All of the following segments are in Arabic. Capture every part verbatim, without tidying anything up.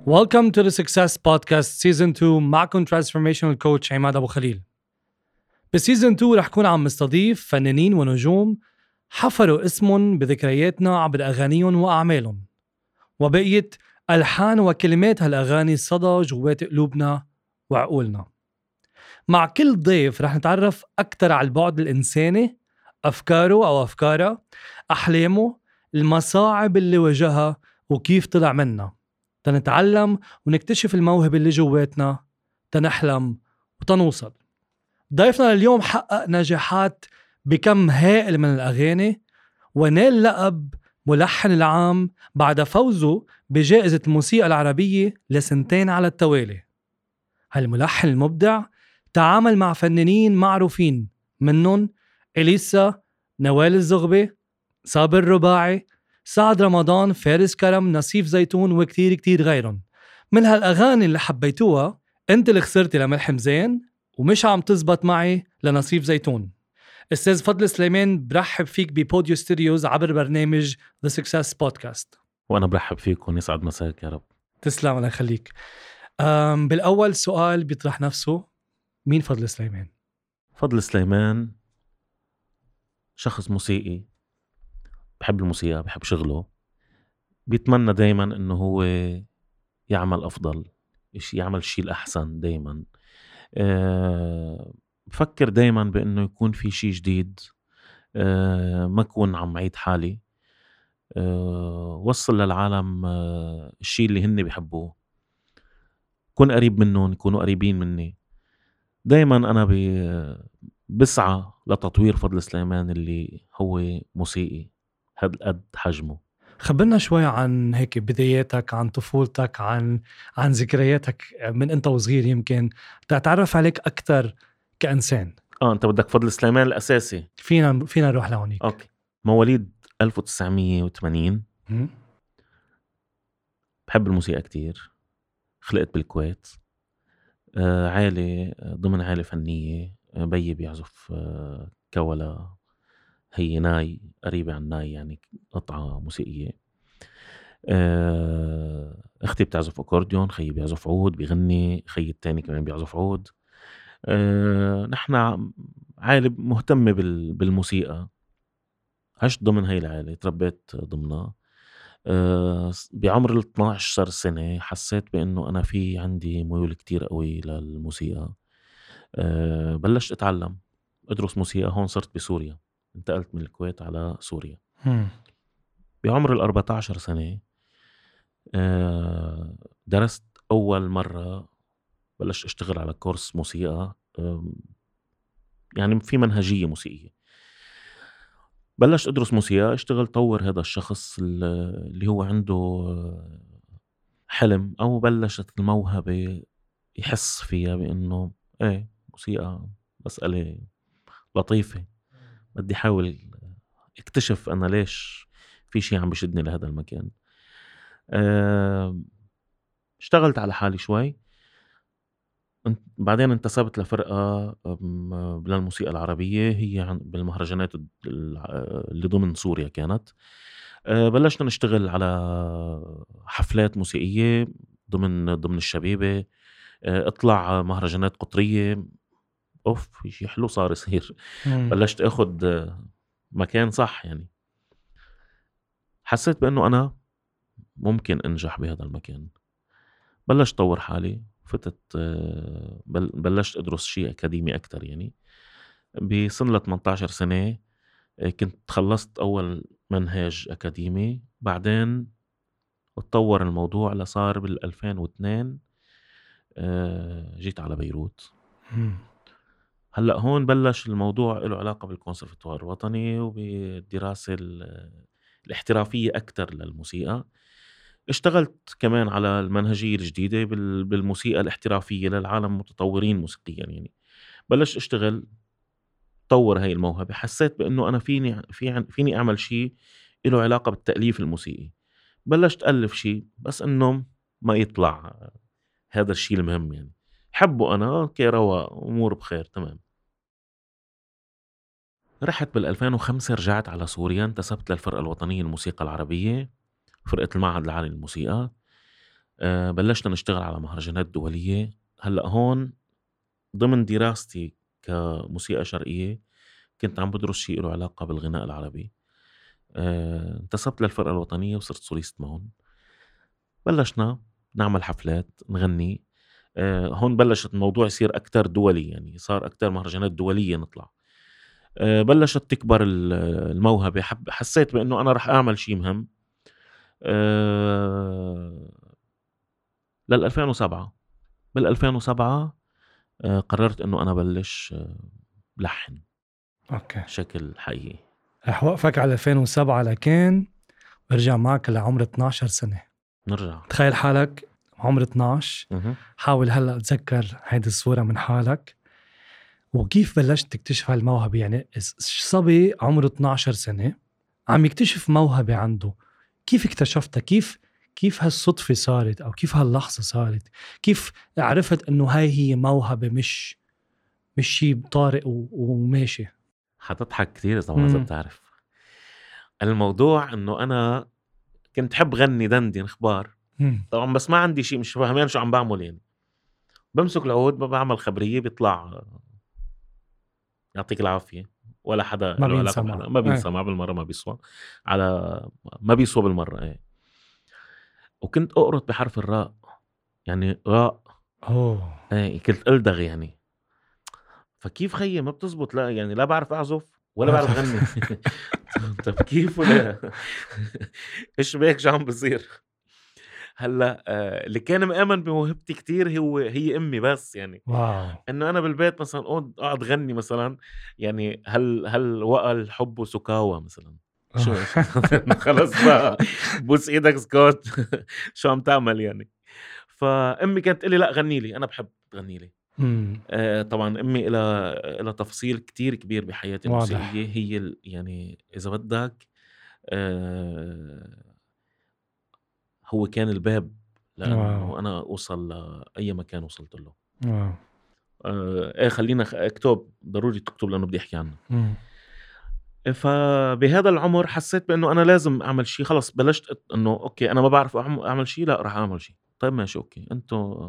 Welcome to the Success Podcast Season two. معكم Transformational Coach عماد أبو خليل. بسيزن two رح كون عم مستضيف فنانين ونجوم حفروا اسمهم بذكرياتنا عبر أغانيهم وأعمالهم، وبقية ألحان وكلمات هالأغاني صدى جوات قلوبنا وعقولنا. مع كل ضيف رح نتعرف أكتر على البعد الإنساني، أفكاره أو أفكارها، أحلامه، المصاعب اللي واجهها وكيف طلع منها، تنتعلم ونكتشف الموهبة اللي جواتنا، تنحلم وتنوصل. ضيفنا لليوم حقق نجاحات بكم هائل من الأغاني، ونال لقب ملحن العام بعد فوزه بجائزة الموسيقى العربية لسنتين على التوالي. هالملحن المبدع تعامل مع فنانين معروفين، منهم إليسا، نوال الزغبي، صابر رباعي، سعد رمضان، فارس كرم، نصيف زيتون وكتير كتير غيرهم. من هالأغاني اللي حبيتوها انت اللي خسرتي لملحم زين ومش عم تزبط معي لنصيف زيتون. أستاذ فضل سليمان، برحب فيك ببوديو ستوديوز عبر برنامج The Success Podcast. وأنا برحب فيك ونسعد مساك يا رب. تسلم، الله يخليك. بالأول سؤال بيطرح نفسه، مين فضل سليمان؟ فضل سليمان شخص موسيقي، بحب الموسيقى، بحب شغله، بيتمنى دايما انه هو يعمل افضل، يعمل الشيء الاحسن دايما. أه بفكر دايما بانه يكون في شيء جديد، أه ما اكون عم عيد حالي. أه وصل للعالم أه الشيء اللي هن بيحبوه، كون قريب منهم، يكونوا قريبين مني. دايما انا بسعى لتطوير فضل سليمان اللي هو موسيقي هاد قد حجمه. خبرنا شوي عن هيك بداياتك، عن طفولتك، عن عن ذكرياتك من انت وصغير، يمكن تتعرف عليك اكثر كإنسان. اه انت بدك فضل سليمان الاساسي؟ فينا فينا نروح لهونيك. اوكي. مواليد ألف وتسعمية وثمانين. م? بحب الموسيقى كتير، خلقت بالكويت. آه عائلة ضمن عائلة فنية، آه بيي بيعزف آه كولا، هي ناي قريبة عن ناي، يعني قطعة موسيقية. آه اختي بتعزف اكورديون، خيي بيعزف عود بيغني، خيي التاني كمان بيعزف عود. آه نحن عائلة مهتمة بالموسيقى، عشت ضمن هاي العائلة، تربيت ضمنها. أه بعمر ال اثناشر عشر سنة حسيت بأنه أنا في عندي ميول كتير قوي للموسيقى. أه بلشت أتعلم أدرس موسيقى. هون صرت بسوريا، انتقلت من الكويت على سوريا. م. بعمر ال أربعة عشر سنة أه درست أول مرة، بلشت أشتغل على كورس موسيقى، أه يعني في منهجية موسيقية. بلش أدرس موسيقى، اشتغل طور هذا الشخص اللي هو عنده حلم أو بلشت الموهبة يحس فيها بأنه ايه موسيقى مسألة لطيفة، بدي حاول اكتشف أنا ليش في شيء عم بشدني لهذا المكان. اه اشتغلت على حالي شوي، بعدين انتسبت لفرقة للموسيقى العربية، هي بالمهرجانات اللي ضمن سوريا كانت. بلشنا نشتغل على حفلات موسيقية ضمن ضمن الشبيبة، اطلع مهرجانات قطرية. اوف في شيء حلو صار يصير. بلشت اخد مكان صح، يعني حسيت بانه انا ممكن انجح بهذا المكان. بلشت طور حالي، فتت بلشت أدرس شيء أكاديمي أكتر. يعني بسن ثمانية عشر سنة كنت خلصت أول منهج أكاديمي، بعدين اتطور الموضوع لصار بالألفين واثنين جيت على بيروت. هلأ هون بلش الموضوع له علاقة بالكونسرفتوار الوطني وبالدراسة الاحترافية أكتر للموسيقى. اشتغلت كمان على المنهجية الجديدة بالموسيقى الاحترافية للعالم متطورين موسيقيا. يعني بلش اشتغل طور هاي الموهبة، حسيت بأنه أنا فيني في فيني أعمل شيء له علاقة بالتأليف الموسيقي. بلشت ألف شيء، بس أنه ما يطلع هذا الشيء المهم. يعني حبه أنا اوكي، رواء أمور بخير تمام. رحت بالألفين وخمسة، رجعت على سوريا، انتسبت للفرقة الوطنية الموسيقى العربية، فرقة المعهد العالي للموسيقى. أه بلشنا نشتغل على مهرجانات دولية. هلأ هون ضمن دراستي كموسيقى شرقية كنت عم بدرس شيء له علاقة بالغناء العربي. أه انتسبت للفرقة الوطنية وصرت سوليست معهم. بلشنا نعمل حفلات نغني. أه هون بلشت الموضوع يصير أكتر دولي، يعني صار أكتر مهرجانات دولية نطلع. أه بلشت تكبر الموهبة. حب حسيت بأنه أنا رح أعمل شيء مهم. أه لل ألفين وسبعة بال ألفين وسبعة أه قررت إنه أنا بلش أه لحن اوكي بشكل حقيقي. رح وقفك على ألفين وسبعة لكن برجع معك لعمر اثنعش سنة. نرجع تخيل حالك عمر اثنعش. مه. حاول هلأ أتذكر هيدي الصورة من حالك وكيف بلشت تكتشف هالموهبة. يعني صبي عمره اثنعش سنة عم يكتشف موهبة عنده، كيف اكتشفتها؟ كيف كيف هالصدفة صارت أو كيف هاللحظة صارت؟ كيف عرفت إنه هاي هي موهبة مش مش شيء طارئ و- وماشي؟ حتضحك كتير طبعا إذا مم. بتعرف الموضوع. إنه أنا كنت حب غني دندن اخبار مم. طبعا، بس ما عندي شيء، مش فاهمين شو عم بعمل. يعني بمسك العود بعمل خبرية بيطلع يعطيك العافية، ولا حدا ما له بينسى علاقة معه. بحدا، ما بينسى ايه. معه بالمرة، ما بيسوى على ما بيسوى بالمرة. ايه. وكنت أقرط بحرف الراء، يعني راء. اوه ايه كنت ألدغ يعني. فكيف خيي ما بتزبط؟ لا يعني لا بعرف أعزف ولا بعرف غني. طب كيف ولا ايش بيك شو عم بصير؟ هلا آه، اللي كان مآمن بموهبتي كتير هو هي امي. بس يعني واو. انه انا بالبيت مثلا اقعد اقعد غني مثلا، يعني هل هل وقع الحب وسكاوى مثلا. شو شو خلص بقى بوس ايدك سكوت. شو عم تعمل يعني؟ فامي كانت تقول لي لا غني لي، انا بحب تغني لي. مم. آه طبعا امي لها لها تفصيل كتير كبير بحياتي واضح. الموسيقيه. هي ال- يعني اذا بدك آه هو كان الباب واو. لانه انا اوصل لاي مكان وصلت له. واو. آه ايه خلينا خ- اكتب، ضروري تكتب لانه بدي احكي عنه. مم. فبهذا العمر حسيت بانه انا لازم اعمل شيء. خلص بلشت أت- انه اوكي انا ما بعرف أعم- اعمل شيء، لا راح اعمل شيء. طيب ماشي اوكي، انتوا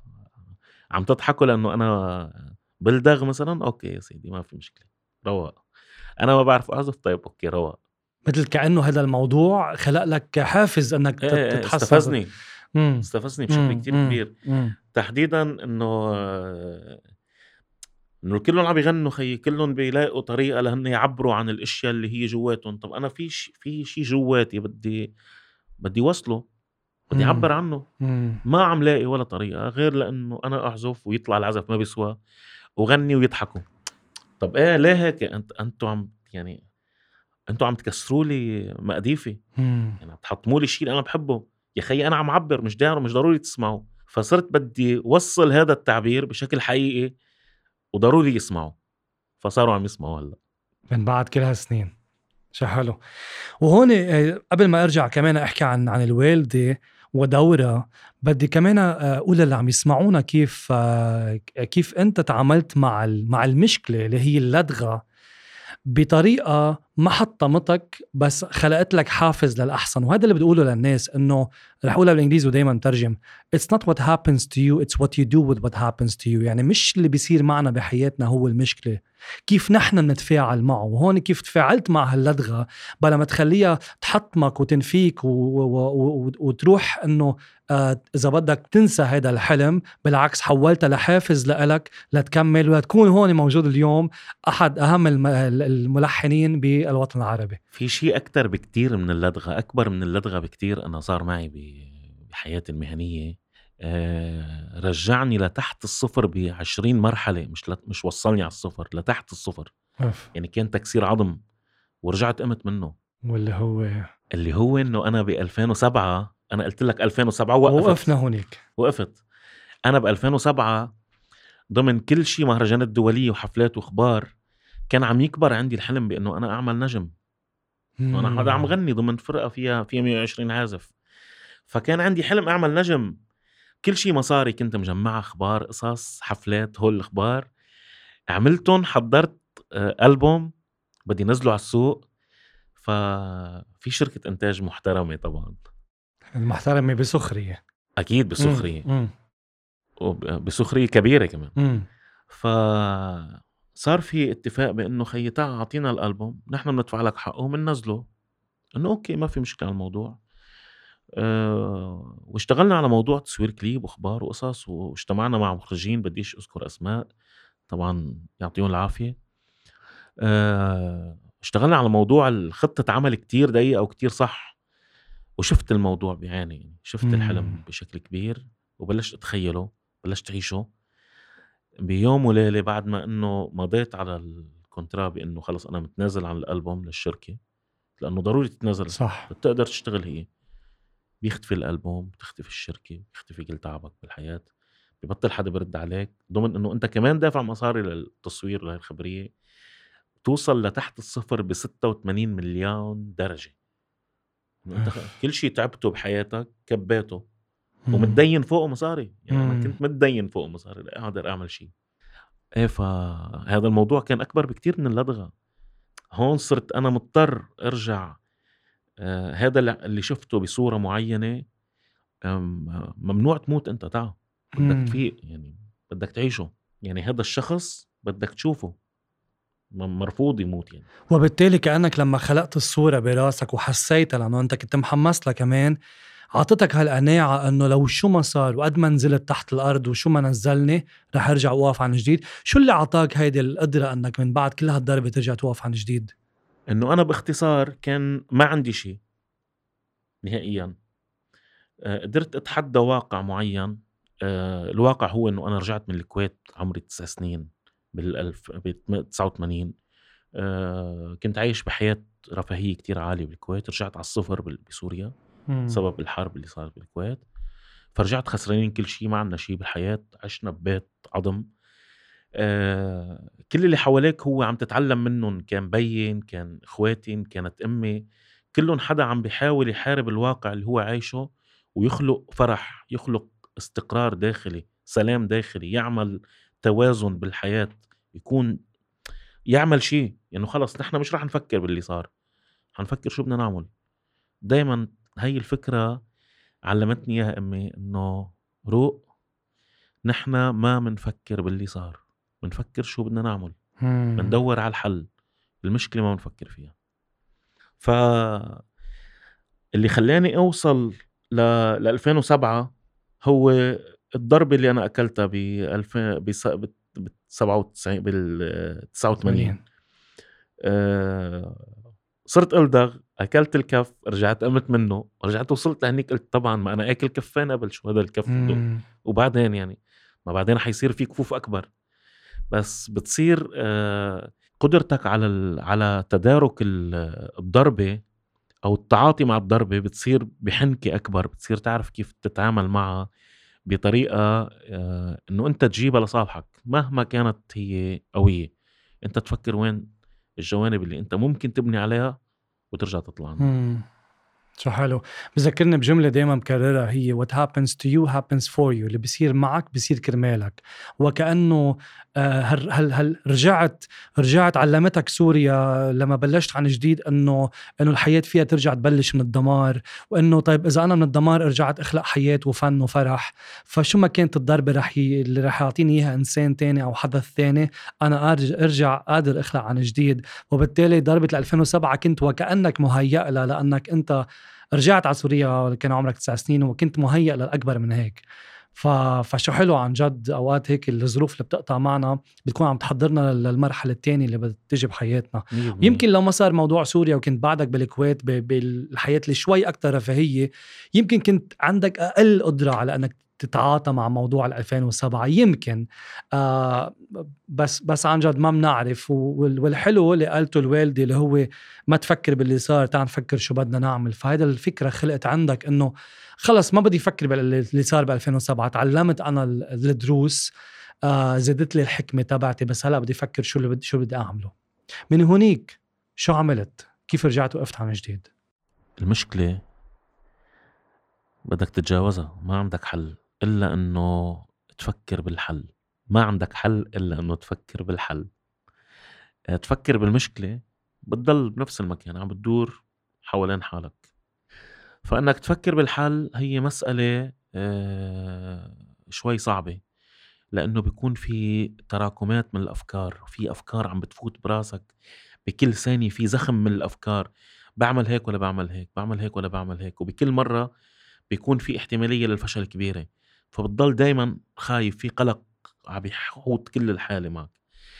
عم تضحكوا لانه انا بلدغ مثلا. اوكي يا سيدي ما في مشكله، رواق. انا ما بعرف اعزف. طيب اوكي رواق. مثل كأنه هذا الموضوع خلق لك حافز انك ايه تت- ايه ايه تتحسن. استفزني مم. استفزني بشكل مم. كتير مم. كبير. مم. تحديدا انه انه كلهم عم يغنوا خيي، كلهم بيلاقوا طريقه لهن يعبروا عن الاشياء اللي هي جواتهم. طب انا في ش... في شيء جواتي بدي بدي وصله، بدي مم. اعبر عنه. مم. ما عم لاقي ولا طريقه غير لانه انا اعزف ويطلع العزف ما بيسوى، وغني ويضحكوا. طب ايه ليه هيك؟ انت انتوا عم يعني انتوا عم تكسروا لي مقاديفي، مم. يعني عم تحطموا لي الشيء اللي انا بحبه. يا خيي انا عم عبر، مش داير مش ضروري تسمعوا. فصرت بدي وصل هذا التعبير بشكل حقيقي وضروري يسمعوا. فصاروا عم يسمعوا هلا من بعد كل هالسنين. شو حلو. وهون آه، قبل ما ارجع كمان احكي عن عن الوالده ودورها، بدي كمان آه، اقول اللي عم يسمعونا كيف آه، كيف انت تعاملت مع ال- مع المشكله اللي هي اللدغه بطريقة ما حطمتك بس خلقت لك حافز للأحسن. وهذا اللي بتقوله للناس، إنه رح أقولها بالإنجليزي ودايما ترجم It's not what happens to you, it's what you do with what happens to you. يعني مش اللي بيصير معنا بحياتنا هو المشكلة، كيف نحن نتفاعل معه. وهون كيف تفاعلت مع هاللدغة بلا ما تخليها تحطمك وتنفيك و... و... و... وتروح إنه آه إذا بدك تنسى هذا الحلم. بالعكس حولتها لحافز لإلك لتكمل ولتكون هون موجود اليوم أحد أهم الم... الملحنين بالوطن العربي. في شيء أكتر بكتير من اللدغة، أكبر من اللدغة بكتير. أنا صار معي ب- بحياتي المهنية آه رجعني لتحت الصفر بعشرين مرحلة. مش لت... مش وصلني على الصفر، لتحت الصفر. أوف. يعني كان تكسير عظم ورجعت قمت منه. واللي هو اللي هو إنه أنا ب ألفين وسبعة، أنا قلت لك ألفين وسبعة وقفت. وقفنا هونيك. وقفت أنا ب ألفين وسبعة ضمن كل شيء مهرجانات دولية وحفلات وخبار. كان عم يكبر عندي الحلم بأنه أنا أعمل نجم. أنا هذا عم غني ضمن فرقة فيها فيها مية وعشرين عازف. فكان عندي حلم أعمل نجم. كل شيء مصاري كنت مجمعها، أخبار، قصص، حفلات، هول الأخبار عملتهم. حضرت آه، ألبوم بدي نزله على السوق. ففي شركة إنتاج محترمة طبعا، المحترمة بسخرية. أكيد بسخرية، مم. وبسخرية كبيرة كمان. مم. فصار في اتفاق بأنه خيي تعال عطينا الألبوم، نحن بندفع لك حقه ومننزله. إنه أوكي ما في مشكلة على الموضوع. أه واشتغلنا على موضوع تصوير كليب وأخبار وقصص، واجتمعنا مع مخرجين بديش أذكر أسماء طبعا يعطيهم العافية. أه اشتغلنا على موضوع الخطة عمل كتير دقيقة وكتير صح، وشفت الموضوع بعيني، شفت مم. الحلم بشكل كبير وبلشت أتخيله، بلشت أعيشه بيوم وليلة. بعد ما إنه مضيت على الكونترا بإنه خلص أنا متنازل عن الألبوم للشركة، لأنه ضروري تتنازل صح. بتقدر تشتغل. هي بيختفي الألبوم، بتختفي الشركة، بيختفي كل تعبك بالحياة، ببطل حدا برد عليك، ضمن إنه أنت كمان دافع مصاري للتصوير لهي الخبرية. توصل لتحت الصفر بستة وثمانين مليون درجة. إنه أنت خ- كل شيء تعبته بحياتك كبيته، ومتدين فوقه مصاري. يعني أنا مم. كنت متدين فوقه مصاري لا أقدر أعمل شيء. إيه، فهذا الموضوع كان أكبر بكتير من اللدغة. هون صرت أنا مضطر أرجع. آه هذا اللي- اللي شفته بصورة معينة. آم، ممنوع تموت أنت، تعا بدك مم. تفيق، يعني بدك تعيشه. يعني هذا الشخص بدك تشوفه، م- مرفوض يموت يعني. وبالتالي كأنك لما خلقت الصورة براسك وحسيتها، لأنه أنت كنت محمس لها كمان، عطتك هالقناعة أنه لو شو ما صار وقد ما نزلت تحت الأرض وشو ما نزلني رح أرجع أوقف عن جديد. شو اللي عطاك هيدي القدرة أنك من بعد كل هالضربة ترجع توقف عن جديد؟ إنه أنا باختصار كان ما عندي شيء نهائيا. آه، قدرت أتحدى واقع معين. آه، الواقع هو إنه أنا رجعت من الكويت عمري تسع سنين بالألف تسعة وثمانين. آه، كنت عايش بحياة رفاهية كتير عالية بالكويت. رجعت على الصفر بال- بسوريا بسبب الحرب اللي صارت بالكويت. فرجعت خسرانين كل شيء، ما عندنا شيء بالحياة، عشنا ببيت عظم. آه، كل اللي حواليك هو عم تتعلم منهم، كان بيين، كان اخواتي، كانت امي، كلهم حدا عم بيحاول يحارب الواقع اللي هو عايشه ويخلق فرح، يخلق استقرار داخلي، سلام داخلي، يعمل توازن بالحياة، يكون يعمل شيء. يعني خلص نحن مش رح نفكر باللي صار، حنفكر شو بدنا نعمل. دايما هاي الفكرة علمتني يا امي، انه روق، نحن ما منفكر باللي صار، منفكر شو بدنا نعمل، مندور على الحل. المشكلة ما بنفكر فيها. ف اللي خلاني اوصل ل ل ألفين وسبعة هو الضربة اللي انا اكلتها ب ألفين ب سبعة وتسعين بال تسعة وثمانين. أه... صرت ألدغ، اكلت الكف، رجعت قمت منه، رجعت وصلت لهنيك قلت طبعا ما انا اكل كفين قبل، شو هذا الكف بده؟ وبعدين يعني ما بعدين حيصير في كفوف اكبر. بس بتصير أه... قدرتك على ال... على تدارك الضربة أو التعاطي مع الضربة بتصير بحنكة أكبر، بتصير تعرف كيف تتعامل معها بطريقة آه إنه أنت تجيبها لصالحك مهما كانت هي قوية. أنت تفكر وين الجوانب اللي أنت ممكن تبني عليها وترجع تطلع عنها. مم. شو حلو. بذكرني بجملة دايما بكررها، هي what happens to you happens for you. اللي بيصير معك بيصير كرمالك. وكأنه آه هل, هل, هل رجعت رجعت علمتك سوريا لما بلشت عن جديد انه انه الحياة فيها ترجع تبلش من الدمار، وانه طيب اذا انا من الدمار رجعت اخلق حياة وفن وفرح، فشو ما كانت الضربة رح ي... اللي رح يعطيني اياها انسان تاني او حدث تاني، انا ارجع, ارجع قادر اخلق عن جديد. وبالتالي ضربة ألفين وسبعة كنت وكأنك مهيأ لها، لانك انت رجعت على سوريا كان عمرك تسع سنين وكنت مهيأ للأكبر من هيك. ف... فشو حلو عن جد أوقات هيك الظروف اللي بتقطع معنا بتكون عم تحضرنا للمرحلة التانية اللي بتجي بحياتنا. يمكن لو ما صار موضوع سوريا وكنت بعدك بالكويت ب... بالحياة اللي شوي أكتر رفاهية، يمكن كنت عندك أقل قدرة على أنك تتعاطى مع موضوع ألفين وسبعة يمكن. آه بس بس عن جد ما بنعرف. والحلو اللي قالته الوالدة اللي هو ما تفكر باللي صار، تعال نفكر شو بدنا نعمل. فهذا الفكرة خلقت عندك انه خلص ما بدي افكر باللي صار ب ألفين وسبعة، تعلمت انا الدروس، آه زادت لي الحكمة تبعتي، بس هلا بدي افكر شو اللي بدي شو بدي اعمله. من هونيك شو عملت؟ كيف رجعت وقفت عن جديد؟ المشكلة بدك تتجاوزها، ما عندك حل إلا أنه تفكر بالحل. ما عندك حل إلا أنه تفكر بالحل. تفكر بالمشكلة بتضل بنفس المكان عم بتدور حوالين حالك. فأنك تفكر بالحل هي مسألة آه شوي صعبة، لأنه بيكون في تراكمات من الأفكار، في أفكار عم بتفوت براسك بكل ثانية، في زخم من الأفكار، بعمل هيك ولا بعمل هيك، بعمل هيك ولا بعمل هيك، وبكل مرة بيكون في احتمالية للفشل كبيرة، فبتضل دايما خايف، في قلق عم بيحوط كل الحالة معك.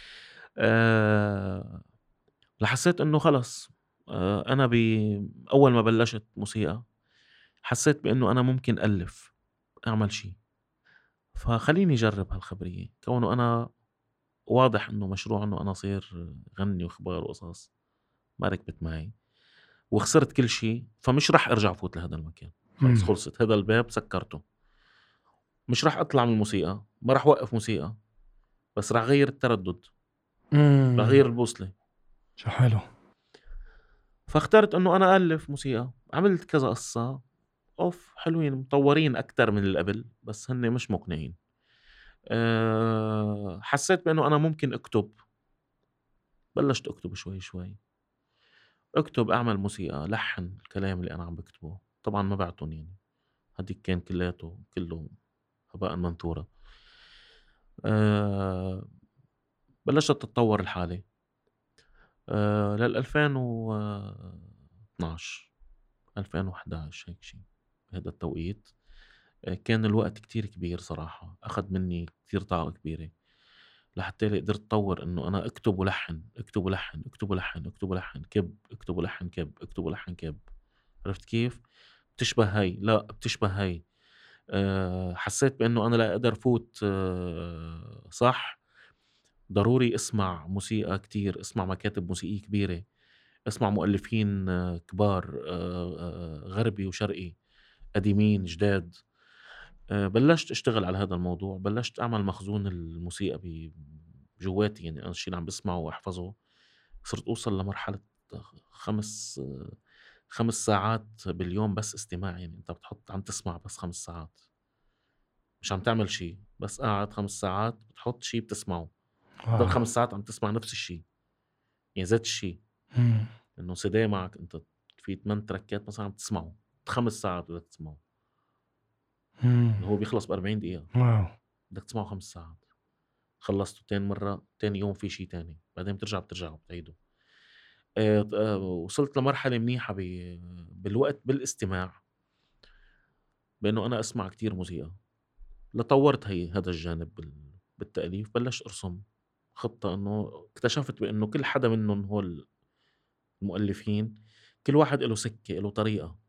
أه لحسيت انه خلص، أه انا بأول ما بلشت موسيقى حسيت بانه انا ممكن ألف اعمل شيء، فخليني اجرب هالخبرية، كونه انا واضح انه مشروع انه انا صير غني واخبار وقصص ما ركبت معي وخسرت كل شيء، فمش رح ارجع فوت لهذا المكان، خلص خلصت هذا الباب سكرته، مش رح اطلع من الموسيقى، ما رح وقف موسيقى، بس رح غير التردد، رح غير البوصلة. شو حلو. فاخترت انه انا الف موسيقى، عملت كذا قصة اوف حلوين مطورين اكتر من اللي قبل، بس هن مش مقنعين. أه حسيت بانه انا ممكن اكتب، بلشت اكتب شوي شوي، اكتب اعمل موسيقى لحن الكلام اللي انا عم بكتبه، طبعا ما بعتهم يعني، هديك كان كلاته كله هباء منثورة. أه بلشت تتطور الحالة. أه لل ألفين واثناشر ألفين وإحدى عشر هيك شيء بهذا التوقيت. أه كان الوقت كتير كبير صراحة، أخذ مني كتير طاقة كبيرة لحتى لي قدرت أطور إنه أنا أكتب ولحن أكتب ولحن أكتب ولحن أكتب ولحن كب أكتب ولحن كب أكتب ولحن كب. عرفت كيف؟ بتشبه هاي لا بتشبه هاي. أه حسيت بأنه أنا لا أقدر فوت أه صح، ضروري اسمع موسيقى كتير، اسمع مكاتب موسيقية كبيرة، اسمع مؤلفين كبار غربي وشرقي قديمين جداد. بلشت اشتغل على هذا الموضوع، بلشت اعمل مخزون الموسيقى بجواتي، يعني انا الشيء اللي عم بسمعه واحفظه صرت اوصل لمرحلة خمس خمس ساعات باليوم بس استماع، يعني انت بتحط عم تسمع بس خمس ساعات، مش عم تعمل شيء، بس قاعد خمس ساعات بتحط شيء بتسمعه، ضل خمس ساعات عم تسمع نفس الشيء، يعني زاد الشيء انه سيدي معك انت في ثمان تركات مثلا عم تسمعه خمس ساعات بدك تسمعه، هو بيخلص بأربعين دقيقة، واو بدك تسمعه خمس ساعات، خلصته تاني مرة تاني يوم في شيء تاني، بعدين بترجع بترجع وبتعيده. أه أه وصلت لمرحلة منيحة بالوقت بالاستماع، بأنه أنا أسمع كتير موسيقى، لطورت هي هذا الجانب بالتأليف، بلشت أرسم خطة، أنه اكتشفت بأنه كل حدا منهم هو المؤلفين كل واحد له سكة له طريقة،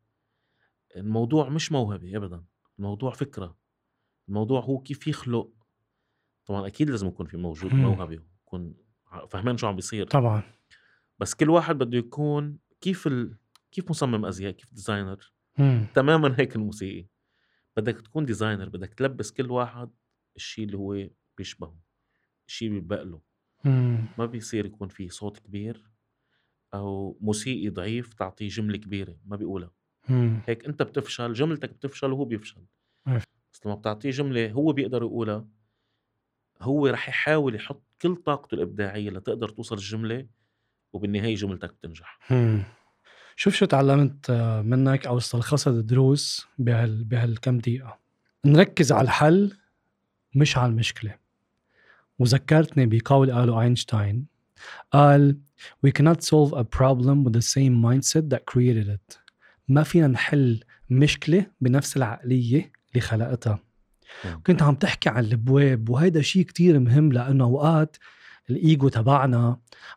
الموضوع مش موهبة أبدا، الموضوع فكرة، الموضوع هو كيف يخلق. طبعا أكيد لازم يكون في موجود موهبة يكون فهمان شو عم بيصير طبعا، بس كل واحد بده يكون كيف ال... كيف مصمم أزياء، كيف ديزاينر. مم. تماما هيك الموسيقي، بدك تكون ديزاينر، بدك تلبس كل واحد الشيء اللي هو بيشبهه، الشيء اللي بيبقله. ما بيصير يكون في صوت كبير أو موسيقي ضعيف تعطيه جملة كبيرة ما بيقولها. مم. هيك أنت بتفشل، جملتك بتفشل وهو بيفشل. مم. بس لما بتعطيه جملة هو بيقدر يقولها، هو رح يحاول يحط كل طاقته الإبداعية لتقدر توصل الجملة، وبالنهاية جملتك بتنجح. مم. شوف شو تعلمت منك أو استلخصت الدروس بهال بهالكم دقيقة. نركز على الحل مش على المشكلة. وذكرتني بقول قاله أينشتاين، قال we cannot solve a problem with the same mindset that created it. ما فينا نحل مشكلة بنفس العقلية اللي خلقتها. م. كنت عم تحكي عن الابواب، وهيدا شيء كتير مهم، لأنه أوقات الإيجو تبعنا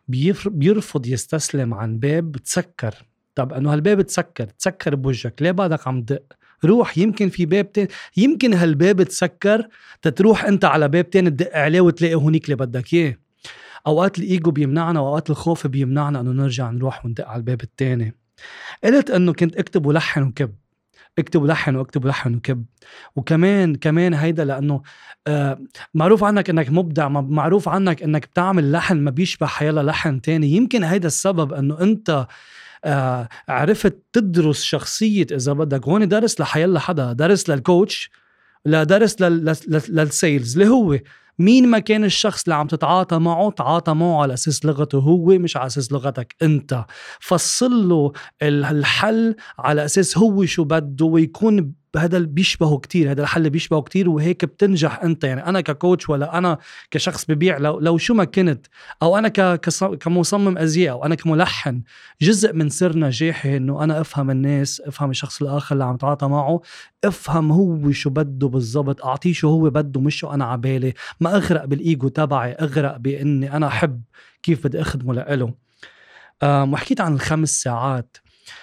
بيرفض يستسلم عن باب تسكر. طب أنه هالباب تسكر تسكر بوجهك، ليه بعدك عم دق؟ روح، يمكن في باب تاني، يمكن هالباب تسكر تتروح أنت على باب تاني تدق عليه وتلاقي هونيك اللي بدك إياه. أوقات الإيجو بيمنعنا، وأوقات الخوف بيمنعنا أنه نرجع نروح وندق على الباب التاني. قلت أنه كنت أكتب ولحن وكب، اكتب ولحن واكتب ولحن وكب. وكمان كمان هيدا لأنه آه معروف عنك أنك مبدع، معروف عنك أنك بتعمل لحن ما بيشبه حيلا لحن تاني. يمكن هيدا السبب أنه أنت آه عرفت تدرس شخصية، إذا بدك هون درس لحيلا حدا، درس للكوتش، لا درس للسيلز اللي هو مين ما كان الشخص اللي عم تتعاطى معه، تعاطى معه على أساس لغته هو مش على أساس لغتك أنت. فصل له الحل على أساس هو شو بده، ويكون هذا بيشبهه كتير، هذا الحل بيشبهه كتير، وهيك بتنجح أنت. يعني أنا ككوتش ولا أنا كشخص ببيع، لو, لو شو ما كنت، أو أنا ك كمصمم أزياء، أو أنا كملحن، جزء من سر نجاحي إنه أنا أفهم الناس، أفهم الشخص الآخر اللي عم تعاطى معه، أفهم هو شو بده بالضبط، أعطيه شو هو بده مش شو أنا عبالي، ما أغرق بالإيجو تبعي، أغرق بإني أنا أحب كيف بدي أخدمه لإله. وحكيت عن الخمس ساعات.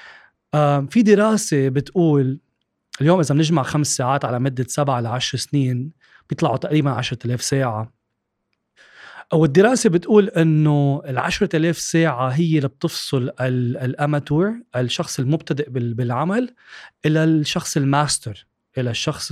في دراسة بتقول اليوم إذا بنجمع خمس ساعات على مدة سبعة لعشر سنين بيطلعوا تقريبا عشرة آلاف ساعة. أو الدراسة بتقول إنه العشرة آلاف ساعة هي اللي بتفصل الأماتور، الشخص المبتدئ بالعمل، إلى الشخص الماستر، إلى الشخص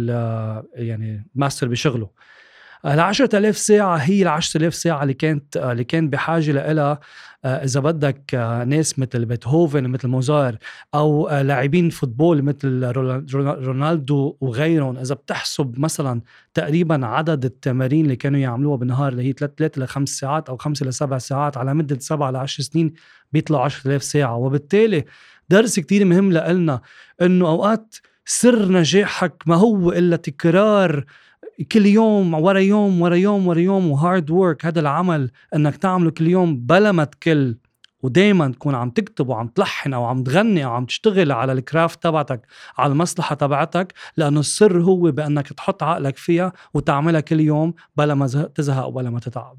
يعني ماستر بشغله. العشرة آلاف ساعة هي العشرة آلاف ساعة اللي كانت اللي كان بحاجة لها إذا بدك ناس مثل بيتهوفن مثل موزار، أو لاعبين فوتبول مثل رونالدو وغيرهم. إذا بتحسب مثلا تقريبا عدد التمارين اللي كانوا يعملوها بالنهار اللي هي ثلاثة لخمس ساعات أو خمسة لسبع ساعات على مدة سبعة لعشر سنين، بيطلعوا عشرة آلاف ساعة. وبالتالي درس كتير مهم لنا إنه أوقات سر نجاحك ما هو إلا تكرار كل يوم ورا يوم ورا يوم ورا يوم، وهارد وورك. هذا العمل انك تعمله كل يوم بلا ما تكل، ودايما تكون عم تكتب وعم تلحن او عم تغني او عم تشتغل على الكرافت تبعتك، على المصلحة تبعتك، لانه السر هو بانك تحط عقلك فيها وتعملها كل يوم بلا ما تزهق وبلا ما تتعب.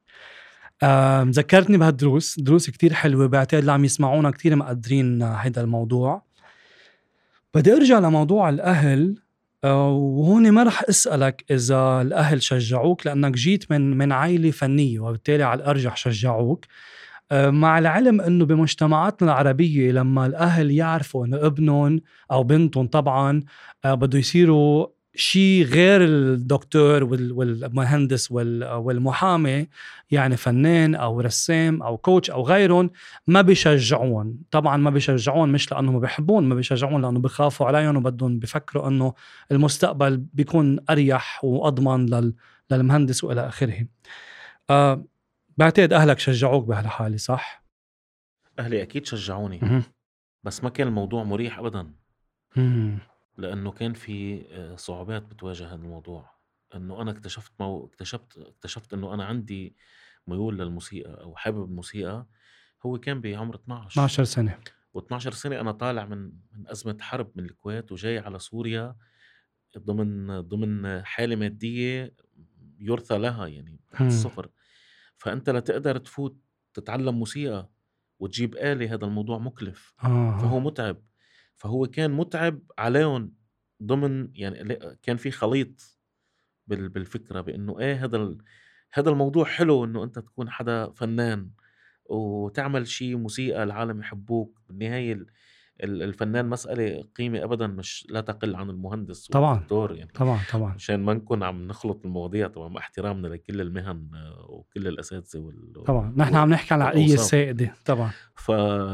ذكرتني بهالدروس، دروس كتير حلوة، بعتقد اللي عم يسمعونا كتير مقدرين هيدا الموضوع. بدي ارجع لموضوع الاهل، وهون ما رح أسألك إذا الأهل شجعوك لأنك جيت من من عائلة فنية، وبالتالي على الأرجح شجعوك، مع العلم أنه بمجتمعاتنا العربية لما الأهل يعرفوا أن ابنهم أو بنتهم طبعا بده يصيروا شيء غير الدكتور والمهندس والمحامي، يعني فنان أو رسام أو كوتش أو غيرهم، ما بيشجعون. طبعا ما بيشجعون مش لأنه بيحبون، ما بيشجعون لأنه بيخافوا عليهم وبدهم بيفكروا أنه المستقبل بيكون أريح وأضمن للمهندس وإلى آخره. أه بعتقد أهلك شجعوك بهالحالة، صح؟ أهلي أكيد شجعوني، م- بس ما كان الموضوع مريح أبدا، م- لأنه كان في صعوبات بتواجه هذا الموضوع. إنه أنا اكتشفت مو... اكتشفت اكتشفت إنه أنا عندي ميول للموسيقى أو حابب الموسيقى. هو كان بعمر اثناشر اثناشر سنة، و12 سنة أنا طالع من من أزمة حرب من الكويت وجاي على سوريا ضمن ضمن حالة مادية يرثى لها، يعني تحت الصفر. فأنت لا تقدر تفوت تتعلم موسيقى وتجيب آلة، هذا الموضوع مكلف، آه. فهو متعب. فهو كان متعب عليهم ضمن، يعني كان في خليط بالفكرة بأنه إيه هذا ال... هذا الموضوع حلو إنه أنت تكون حدا فنان وتعمل شيء موسيقى العالم يحبوك. بالنهاية الفنان مسألة قيمة أبدا مش لا تقل عن المهندس والدكتور، يعني طبعا طبعا عشان ما نكون عم نخلط المواضيع. طبعا مع احترامنا لكل المهن وكل الأساتذة وال... طبعا نحن عم نحكي عن العقلية السائدة طبعا. ف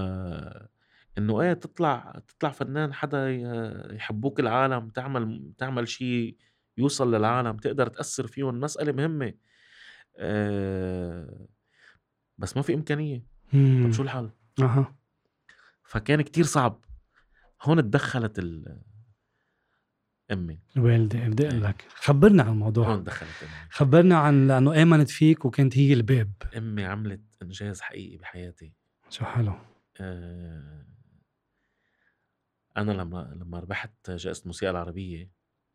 إنه إيه تطلع تطلع فنان حدا يحبوك العالم، تعمل تعمل شيء يوصل للعالم، تقدر تأثر فيهم، مسألة مهمة. أه... بس ما في إمكانية. مم. طب شو الحل؟ أها. فكان كتير صعب. هون تدخلت ال أمي الوالدة. بدي أقول لك خبرنا عن الموضوع. هون دخلت أمي، خبرنا عن لأنه آمنت فيك وكانت هي الباب. أمي عملت إنجاز حقيقي بحياتي. شو حلو. أه... أنا لما لما ربحت جائزة الموسيقى العربية،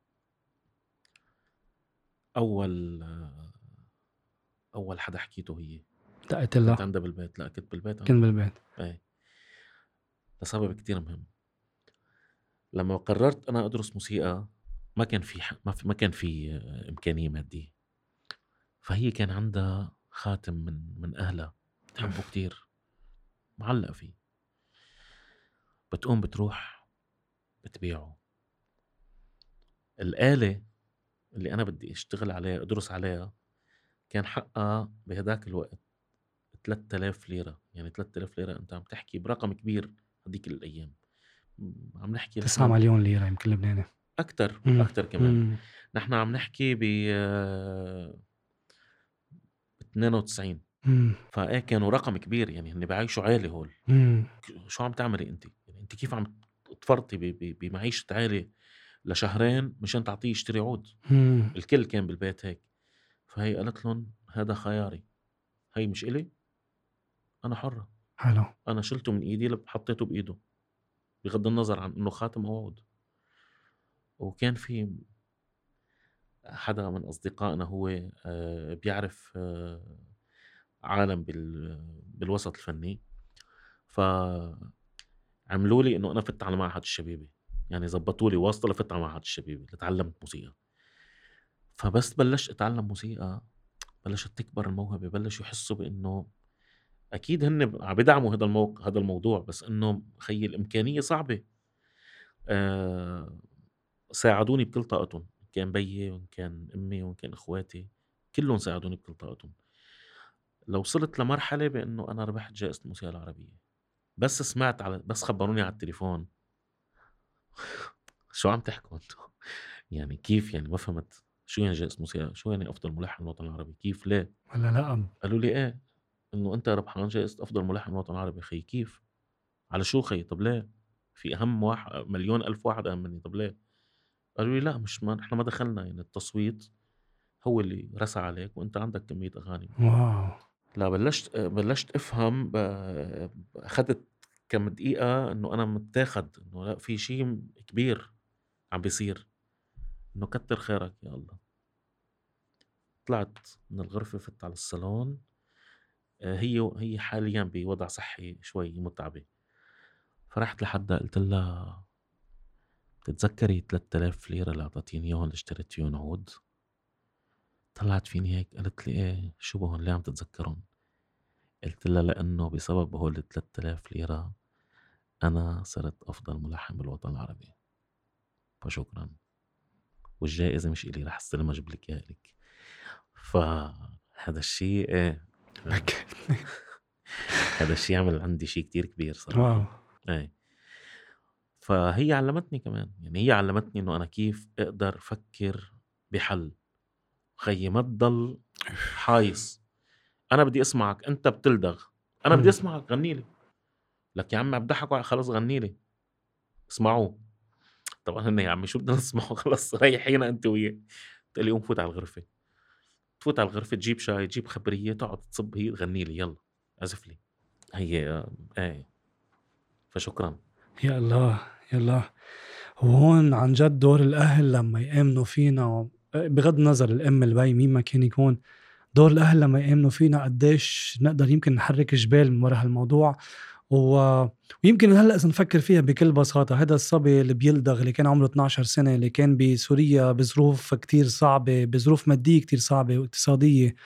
أول أول حدا حكيته هي دقت لها. كنت عندها بالبيت. لا كنت بالبيت. كنت بالبيت. ايه، لسبب كتير مهم. لما قررت أنا أدرس موسيقى ما كان في ما, في ما كان في إمكانية مادية، فهي كان عندها خاتم من من أهلها تحبه كتير، معلقة فيه. بتقوم بتروح بتبيعه. الآلة اللي أنا بدي أشتغل عليها أدرس عليها كان حقها بهداك الوقت ثلاثة آلاف ليرة. يعني ثلاثة آلاف ليرة أنت عم تحكي برقم كبير هديك الأيام. عم نحكي تسعة مليون ليرة يمكن لبناني أكتر مم. أكتر كمان. مم. نحن عم نحكي ب اثنين وتسعين. فايه كانوا رقم كبير، يعني هن بعيشوا عالي هول. مم. شو عم تعملي انت؟ يعني انت كيف عم تفرطي بمعيشة عالي لشهرين مشان تعطيه يشتري عود. مم. الكل كان بالبيت هيك. فهي قالت لهم هذا خياري، هي مش إلي، أنا حرة. حلو. أنا شلته من إيدي حطيته بإيده بغض النظر عن إنه خاتم أو عود. وكان في حدا من أصدقائنا هو بيعرف عالم بالوسط الفني، فعملوا لي إنه أنا فت على معهد الشبيبي، يعني زبطوا لي واسطة لفت على معهد الشبيبي لتعلمت موسيقى. فبس بلشت أتعلم موسيقى بلشت تكبر الموهبة، بلشوا يحسوا بإنه أكيد هن عم بدعموا هذا الموقع هذا الموضوع، بس إنه خي الإمكانية صعبة. أه ساعدوني بكل طاقتهم، كان بيي وإن كان أمي وإن كان إخواتي كلهم ساعدوني بكل طاقتهم. لو وصلت لمرحلة بإنه أنا ربحت جائزة الموسيقى العربية، بس سمعت على بس خبروني على التليفون شو عم تحكوا انتو؟ يعني كيف يعني ما فهمت شو يعني جائزة موسيقى، شو يعني أفضل ملحن بالوطن العربي، كيف ليه؟ ولا لا قالوا لي إيه إنه أنت ربحان جائزة أفضل ملحن بالوطن العربي. خي كيف؟ على شو خي؟ طب ليه؟ في أهم واحد مليون ألف واحد أهم مني، طب ليه؟ قالوا لي لا مش ما نحن ما دخلنا، يعني التصويت هو اللي رسى عليك وأنت عندك كمية أغاني. واو. لا بلشت بلشت أفهم، أخذت كم دقيقة إنه أنا متاخد إنه لا في شيء كبير عم بيصير، إنه كتر خيرك يا الله. طلعت من الغرفة فت على الصالون، هي هي حاليا بوضع صحي شوي متعبة. فرحت لحدا قلت لها بتتذكري ثلاثة آلاف ليرة اللي أعطتيني إياهم اللي اشتريت فيهم عود؟ طلعت فيني هيك قالت لي إيه شو بهون ليه عم تتذكرهم؟ قلت لها لأنه بسبب هول ثلاثة آلاف ليرة أنا صرت أفضل ملحن بالوطن العربي، فشكرا، والجائزة مش إلي رح استلمها أجيب لك إياها لك. فهذا الشيء إيه هذا الشيء عمل عندي شيء كتير كبير صراحة. ايه فهي علمتني كمان، يعني هي علمتني انه انا كيف اقدر افكر بحل. خيي ما تضل حايص، انا بدي اسمعك انت بتلدغ، انا بدي اسمعك غني لي. لك يا عم بضحكوا خلص غني لي اسمعوه. طبعا هن يا عمي شو بدنا نسمعه، خلص ريحينا انت وياه. تقول لي قوم فوت على الغرفة، تفوت على الغرفة تجيب شاي تجيب خبرية تقعد تصب هي تغني لي يلا عزف لي هي ايه. فشكرا. يا الله يا الله. وهون عن جد دور الأهل لما يأمنوا فينا، بغض النظر الأم البي مين ما كان يكون، دور الأهل لما يأمنوا فينا قديش نقدر يمكن نحرك جبال من وراء هالموضوع. و... ويمكن هلأ إذا نفكر فيها بكل بساطة، هذا الصبي اللي بيلدغ اللي كان عمره اثناشر سنة، اللي كان بسوريا بظروف كتير صعبة، بظروف مادية كتير صعبة واقتصادية،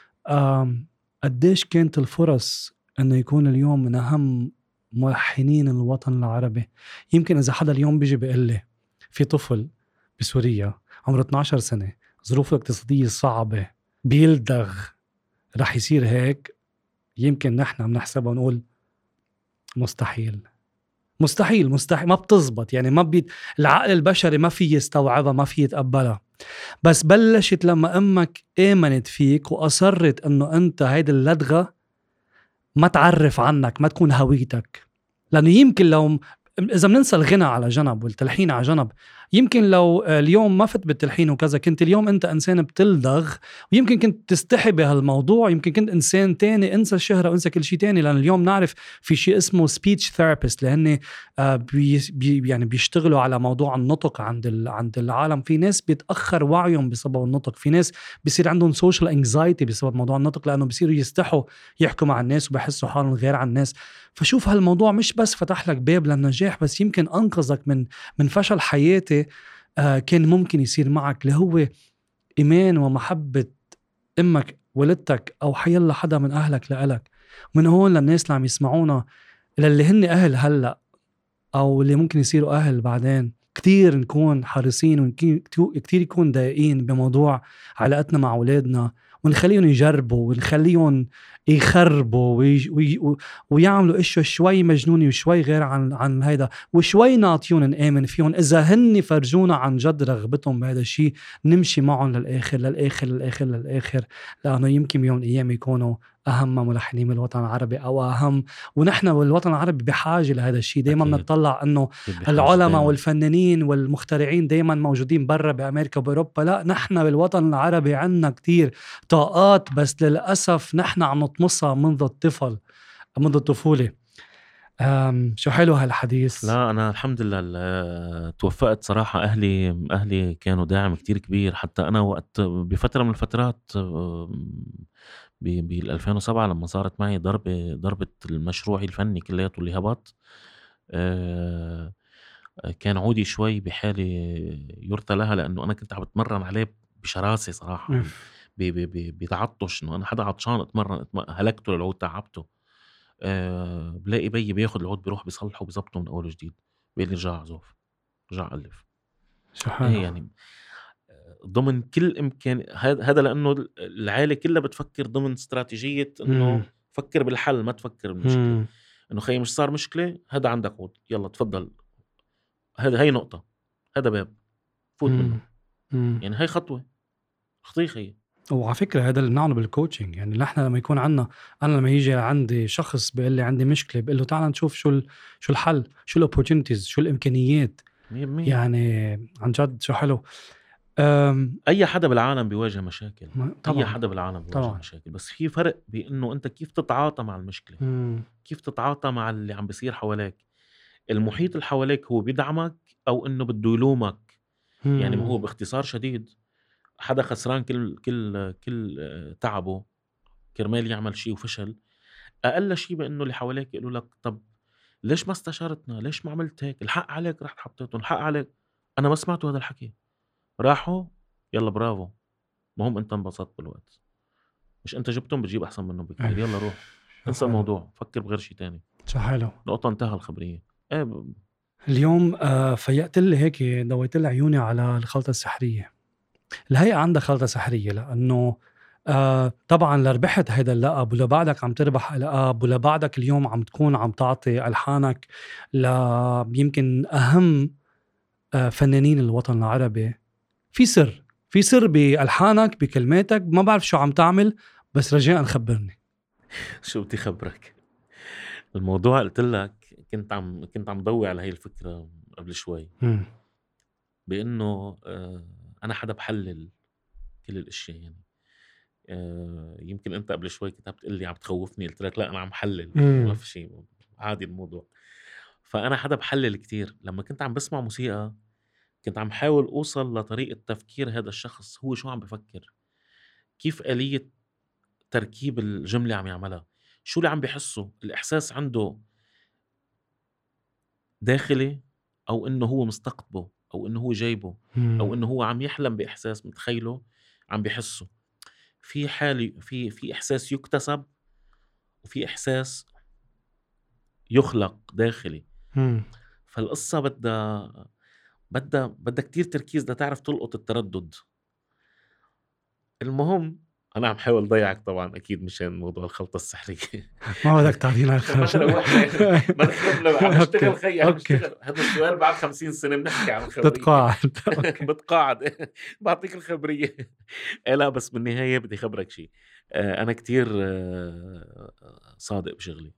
قديش كانت الفرص أنه يكون اليوم من أهم ملحنين الوطن العربي. يمكن إذا حدا اليوم بيجي بيقول لي في طفل بسوريا عمره اثناشر سنة ظروفه الاقتصادية صعبة بيلدغ رح يصير هيك، يمكن نحن بنحسبها ونقول مستحيل مستحيل مستحيل ما بتزبط، يعني ما بي العقل البشري ما فيه يستوعبها ما فيه يتقبلها. بس بلشت لما أمك آمنت فيك وأصرت أنه أنت هيدا اللدغة ما تعرف عنك، ما تكون هويتك. لأنه يمكن لو إذا بننسى الغنى على جنب والتلحين على جنب، يمكن لو اليوم ما فت بالتلحين وكذا كنت اليوم أنت إنسان بتلدغ، ويمكن كنت تستحي بهالموضوع، يمكن كنت إنسان تاني، انسى الشهرة وانسى كل شيء تاني. لأن اليوم نعرف في شيء اسمه speech therapist لأن بي بي يعني بيشتغلوا على موضوع النطق عند عند العالم. في ناس بيتأخر وعيهم بسبب النطق، في ناس بيصير عندهم social anxiety بسبب موضوع النطق، لأنه بيصيروا يستحوا يحكوا مع الناس وبحسوا حالهم غير عن الناس. فشوف هالموضوع مش بس فتح لك باب للنجاح، بس يمكن أنقذك من من فشل حياتي آه كان ممكن يصير معك، اللي هو إيمان ومحبة أمك ولدتك أو حيلا حدا من أهلك لألك. من هون للناس اللي عم يسمعونا، للي هن أهل هلأ أو اللي ممكن يصيروا أهل بعدين، كتير نكون حريصين وكتير يكون دقيقين بموضوع علاقتنا مع أولادنا، ونخليهم يجربوا ونخليهم يخربوا وي وي ويعملوا اشياء شوي مجنونة وشوي غير عن عن هيدا، وشوي نعطيهم نآمن فيهم. إذا هن فرجونا عن جد رغبتهم بهذا الشيء نمشي معهم للآخر للآخر للآخر للآخر، لأنه يمكن يوم الأيام يكونوا أهم ملحنين من الوطن العربي أو أهم، ونحن بالوطن العربي بحاجة لهذا الشيء. دايما أكيد. بنطلع أنه أكيد بحاجة العلماء دايماً. والفنانين والمخترعين دايما موجودين برا بأمريكا وبأوروبا، لا نحن بالوطن العربي عنا كتير طاقات، بس للأسف نحن عم نطمسها منذ الطفل منذ الطفولة. أم شو حلو هالحديث. لا أنا الحمد لله ال- توفقت صراحة. أهلي أهلي كانوا داعم كتير كبير. حتى أنا وقت بفترة من الفترات بال ألفين وسبعة لما صارت معي ضربة ضربة المشروعي الفني كلياته اللي هبط، آه، كان عودي شوي بحالة يرثى لها، لأنه أنا كنت عم بتمرن عليه بشراسة صراحة، ب- ب- ب- بتعطش إنه أنا حدا عطشان اتمرن اتم- هلكته للعود، تعبته. أه بلاقي بيي بياخد العود بيروح بيصلحه بيظبطه من أول وجديد، بيقول لي رجع عزوف رجع ألف. شو حلو. إيه يعني ضمن كل إمكان هذا هذا لأنه العائلة كلها بتفكر ضمن استراتيجية إنه مم. فكر بالحل ما تفكر بالمشكلة. مم. إنه خي مش صار مشكلة، هذا عندك عود يلا تفضل، هذا هاي نقطة، هذا باب فوت منه. مم. مم. يعني هاي خطوة خطية خي. وعلى فكرة هذا اللي بنعمله بالكوتشنج. يعني نحن لما يكون عنا، أنا لما يجي عندي شخص بيقول لي عندي مشكلة، بقول له تعال نشوف شو ال... شو الحل، شو الأوبورتونيتيز، شو الإمكانيات. مية بالمية. يعني عن جد شو حلو. أم... أي حدا بالعالم بيواجه مشاكل، طبعا. أي حدا بالعالم بيواجه طبعا. مشاكل، بس في فرق بإنه أنت كيف تتعاطى مع المشكلة، مم. كيف تتعاطى مع اللي عم بيصير حواليك. المحيط اللي حواليك هو بيدعمك أو إنه بده يلومك. مم. يعني ما هو باختصار شديد حدا خسران كل كل كل تعبه كرمال يعمل شيء وفشل، أقل شيء بإنه اللي حواليك يقولوا لك طب ليش ما استشارتنا، ليش ما عملت هيك، الحق عليك رحت حطيتهم، الحق عليك. أنا ما سمعتوا هذا الحكي، راحوا يلا برافو، مهم أنت انبسطت بالوقت، مش أنت جبتهم بتجيب أحسن منهم بكثير، يلا روح انسى الموضوع فكر بغير شيء تاني. شو حلو. نقطة انتهى الخبرية. ايه ب... اليوم آه فيقت لي هيك ضويت لي عيوني على الخلطة السحرية. الهيئة عندها خلطة سحرية، لأنه آه طبعا لربحت هيدا اللقب ولبعدك عم تربح لقب ولبعدك اليوم عم تكون عم تعطي ألحانك ل يمكن أهم آه فنانين الوطن العربي. في سر في سر بألحانك بكلماتك، ما بعرف شو عم تعمل، بس رجاء خبرني. شو بدي خبرك؟ الموضوع قلت لك كنت عم كنت عم ضوي على هاي الفكرة قبل شوي، مم. بأنه آه أنا حدا بحلل كل الأشياء. يعني آه يمكن أنت قبل شوي كتبت قلي عم تخوفني، قلت لك لا أنا عم حلل، ما في شيء عادي الموضوع. فأنا حدا بحلل كتير. لما كنت عم بسمع موسيقى كنت عم حاول أوصل لطريقة تفكير هذا الشخص، هو شو عم بفكر، كيف آلية تركيب الجملة عم يعملها، شو اللي عم بيحسه، الإحساس عنده داخلي أو إنه هو مستقطبه أو إنه هو جايبه أو إنه هو عم يحلم بإحساس متخيله عم بيحسه. في حالي في في إحساس يكتسب وفي إحساس يخلق داخلي. مم. فالقصة بدها بدها بدها كتير تركيز لتعرف تلقط التردد. المهم أنا عم حاول ضيعك طبعا أكيد مشان موضوع الخلطة السحرية. ما بدك تعطينا الخرج. ما دخلنا عم نشتغل خي عم نشتغل. هذا السؤال بعد خمسين سنة بنحكي عن الخبرية. بتقاعد. بتقاعد بعطيك الخبرية. إيه لا بس بالنهاية بدي خبرك شيء. أنا كتير صادق بشغلي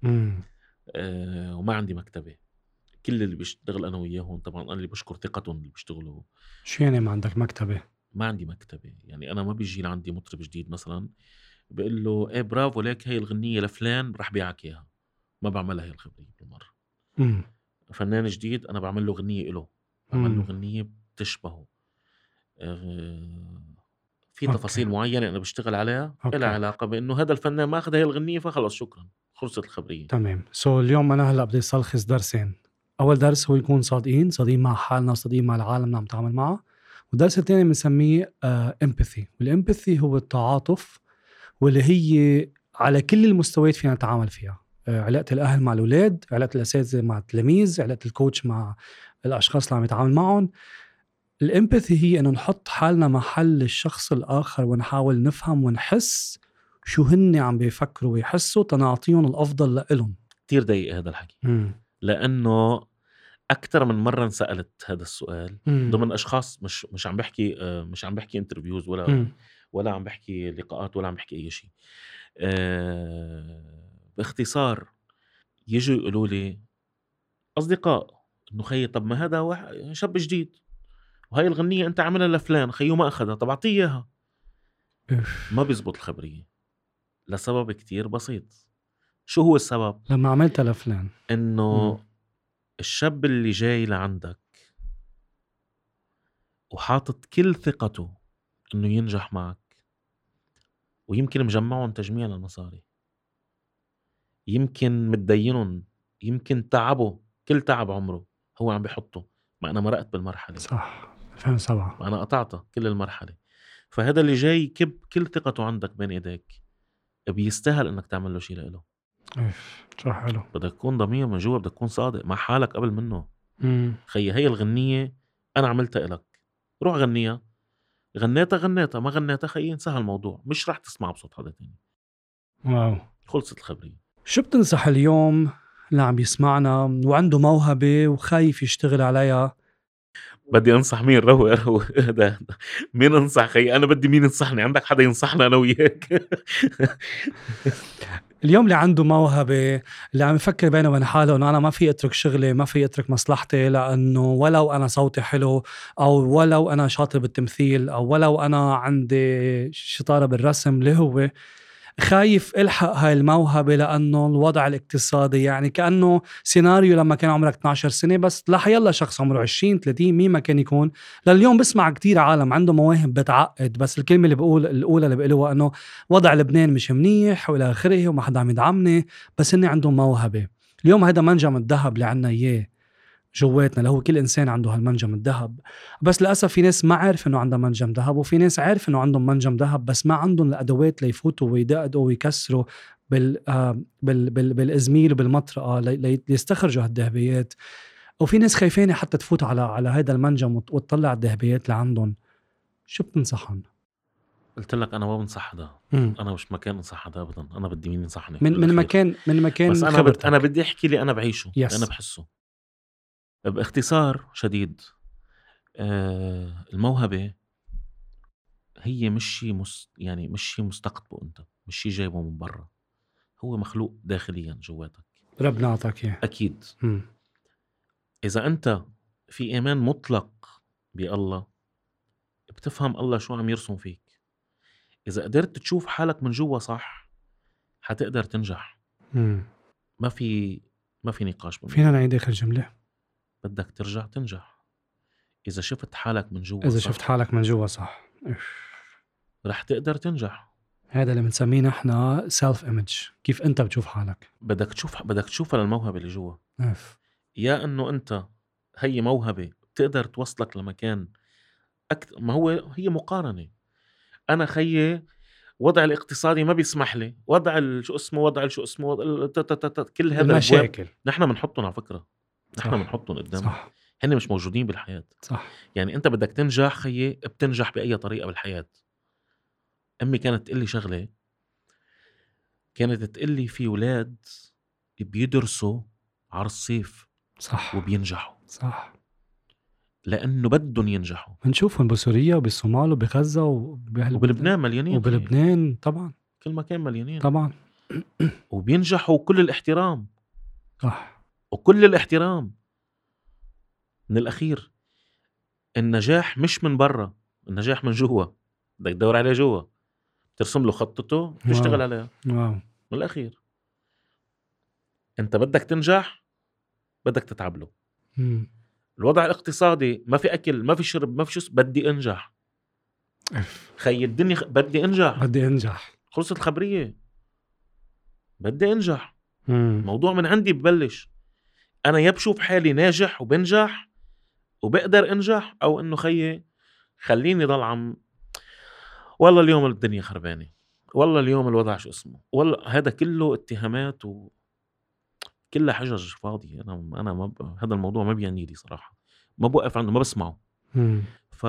وما عندي مكتبة. كل اللي بيشتغل أنا وياهم طبعا أنا اللي بشكر ثقتهم اللي بيشتغلوا. شو يعني ما عندك مكتبة؟ ما عندي مكتبة. يعني أنا ما بيجي لعندي مطرب جديد مثلا بقول له إيه برافو ليك هاي الغنية لفلان رح بيعك إياها، ما بعملها هاي الخبرية بالمرة. مم. فنان جديد أنا بعمل له غنية إله، بعمل له غنية بتشبهه. أه في أوكي. تفاصيل معينة أنا بشتغل عليها أوكي. إلها علاقة بأنه هذا الفنان ما أخذ هاي الغنية فخلص شكرا خلصت الخبرية. تمام. سو so, اليوم أنا هلأ بدي ألخص درسين. أول درس هو يكون صادقين صادقين مع حالنا صادقين مع العالم اللي عم نتعامل معه. والدرس الثاني بنسميه امباثي. والامباثي هو التعاطف، واللي هي على كل المستويات فينا نتعامل فيها. uh, علاقة الأهل مع الأولاد، علاقة الأساتذة مع التلاميذ، علاقة الكوتش مع الأشخاص اللي عم يتعامل معهم. الامباثي هي أنه نحط حالنا محل الشخص الآخر ونحاول نفهم ونحس شو هن عم بيفكروا ويحسوا تنعطيهم الأفضل لإلهم. كتير ضايق هذا الحكي. م. لأنه أكثر من مرة انسألت هذا السؤال م. ضمن أشخاص مش مش عم بحكي مش عم بحكي انترفيوز ولا م. ولا عم بحكي لقاءات ولا عم بحكي اي شيء. أه باختصار يجوا يقولوا لي اصدقاء انه خيي طب ما هذا واحد شاب جديد وهي الغنية انت عاملها لفلان خيو ما اخذها طب اعطيه اياها. ما بيزبط الخبرية لسبب كتير بسيط. شو هو السبب؟ لما عملتها لفلان انه مم. الشاب اللي جاي لعندك وحاطط كل ثقته انه ينجح معك ويمكن مجمعهم تجميع للمصاري، يمكن متدينهم، يمكن تعبه كل تعب عمره هو عم بيحطه. ما انا مرقت بالمرحلة، صح ألفين وسبعة ما انا قطعتها كل المرحلة. فهذا اللي جاي يكب كل ثقته عندك بين ايديك بيستاهل انك تعمل له شيء له. اف شو حلو. بدك تكون ضمير من جوا، بدك تكون صادق مع حالك قبل منه. مم. خيي هي الغنية انا عملتها إلك، روح غنيها. غنيتها غنيتها ما غنيتها خيي انسهى الموضوع، مش رح تسمع بصوت حدا تاني. واو. خلصت الخبرية. شو بتنصح اليوم اللي عم يسمعنا وعنده موهبة وخايف يشتغل عليها؟ بدي انصح مين؟ روق روق ده مين انصح خيي؟ انا بدي مين ينصحني؟ عندك حدا ينصحنا انا وياك؟ اليوم اللي عنده موهبة، اللي عم يفكر بينه وبين حاله انه انا ما في اترك شغلي، ما في اترك مصلحتي، لانه ولو انا صوتي حلو او ولو انا شاطر بالتمثيل او ولو انا عندي شطارة بالرسم، اللي هو خايف الحق هاي الموهبة لأنه الوضع الاقتصادي، يعني كأنه سيناريو لما كان عمرك اثنعش سنة، بس لا حيلا شخص عمره عشرين ثلاثين مين ما كان يكون. لليوم بسمع كتير عالم عنده مواهب بتعقد، بس الكلمة اللي بقول الأولى اللي بقولوها أنه وضع لبنان مش منيح وإلى آخره وما حدا عم يدعمني، بس إني عندهم موهبة. اليوم هذا منجم الذهب اللي عنا إياه جواتنا، اللي هو كل إنسان عنده هالمنجم الذهب، بس للأسف في ناس ما عارف إنه عندها منجم ذهب، وفي ناس عارف إنه عندهم منجم ذهب بس ما عندهم الأدوات ليفوتوا ويدقدقوا ويكسروا بال آه بال بال بالإزميل وبالمطرقة لي ليستخرجوا هالذهبيات. وفي ناس خايفين حتى تفوت على على هذا المنجم وتطلع الذهبيات اللي عندهم. شو بتنصحهم؟ قلت لك انا ما بنصح حدا، مم. انا مش مكان انصح حدا ابدا. انا بدي مين ينصحني من من بالأخير. مكان من مكان بس انا بد... انا بدي احكي لي انا بعيشه، Yes. انا بحسه باختصار شديد. آه الموهبة هي مش شيء مس... يعني مش شيء مستقطبه انت، مش شيء جايبه من برا، هو مخلوق داخليا جواتك. ربنا عطاك اياه اكيد. مم. اذا انت في ايمان مطلق بالله بتفهم الله شو عم يرسم فيك. اذا قدرت تشوف حالك من جوا صح حتقدر تنجح. مم. ما في ما في نقاش بالموضوع. فينا نعيد اخر جملة؟ بدك ترجع تنجح. اذا شفت حالك من جوا اذا صح شفت حالك من جوا صح رح تقدر تنجح. هذا اللي بنسميه نحن سيلف ايمج، كيف انت بتشوف حالك. بدك تشوف بدك تشوفها للموهبة اللي جوا. أف. يا انه انت هي موهبة تقدر توصلك لمكان أكثر. ما هو هي مقارنة. انا خيي وضع الاقتصادي ما بيسمح لي، وضع شو اسمه وضع شو اسمه وضع... ت- ت- ت- كل هذا المشاكل نحن بنحطهم على فكرة، نحن صح. بنحطهم قدام. صح هن مش موجودين بالحياة. صح. يعني انت بدك تنجح خيي بتنجح بأي طريقة بالحياة. امي كانت تقول لي شغلة، كانت تقول لي في ولاد بيدرسوا على الصيف صح وبينجحوا صح. لأنه بدهم ينجحوا. بنشوفهم بسوريا وبالصومال وبغزة وبهالبلدان. وبلبنان مليانين، وبلبنان طبعا كل مكان مليانين طبعا وبينجحوا. كل الاحترام صح. وكل الاحترام. من الأخير النجاح مش من برا، النجاح من جوا. بدك تدور عليه جوا، ترسم له خطته تشتغل عليها. واو. من الأخير انت بدك تنجح بدك تتعب له. مم. الوضع الاقتصادي ما في أكل ما في شرب ما في شو، بدي انجح. أف. خي الدنيا خ... بدي انجح. بدي انجح. خلصت الخبرية. بدي انجح. مم. الموضوع من عندي ببلش. انا يا بشوف حالي ناجح وبنجح وبقدر انجح، او انه خيي خليني ضل عم والله اليوم الدنيا خربانة، والله اليوم الوضع شو اسمه، والله هذا كله اتهامات و كلها حجج فاضية. انا انا ما ب... هذا الموضوع ما بيعني لي صراحة، ما بوقف عنه، ما بسمعه. مم. ف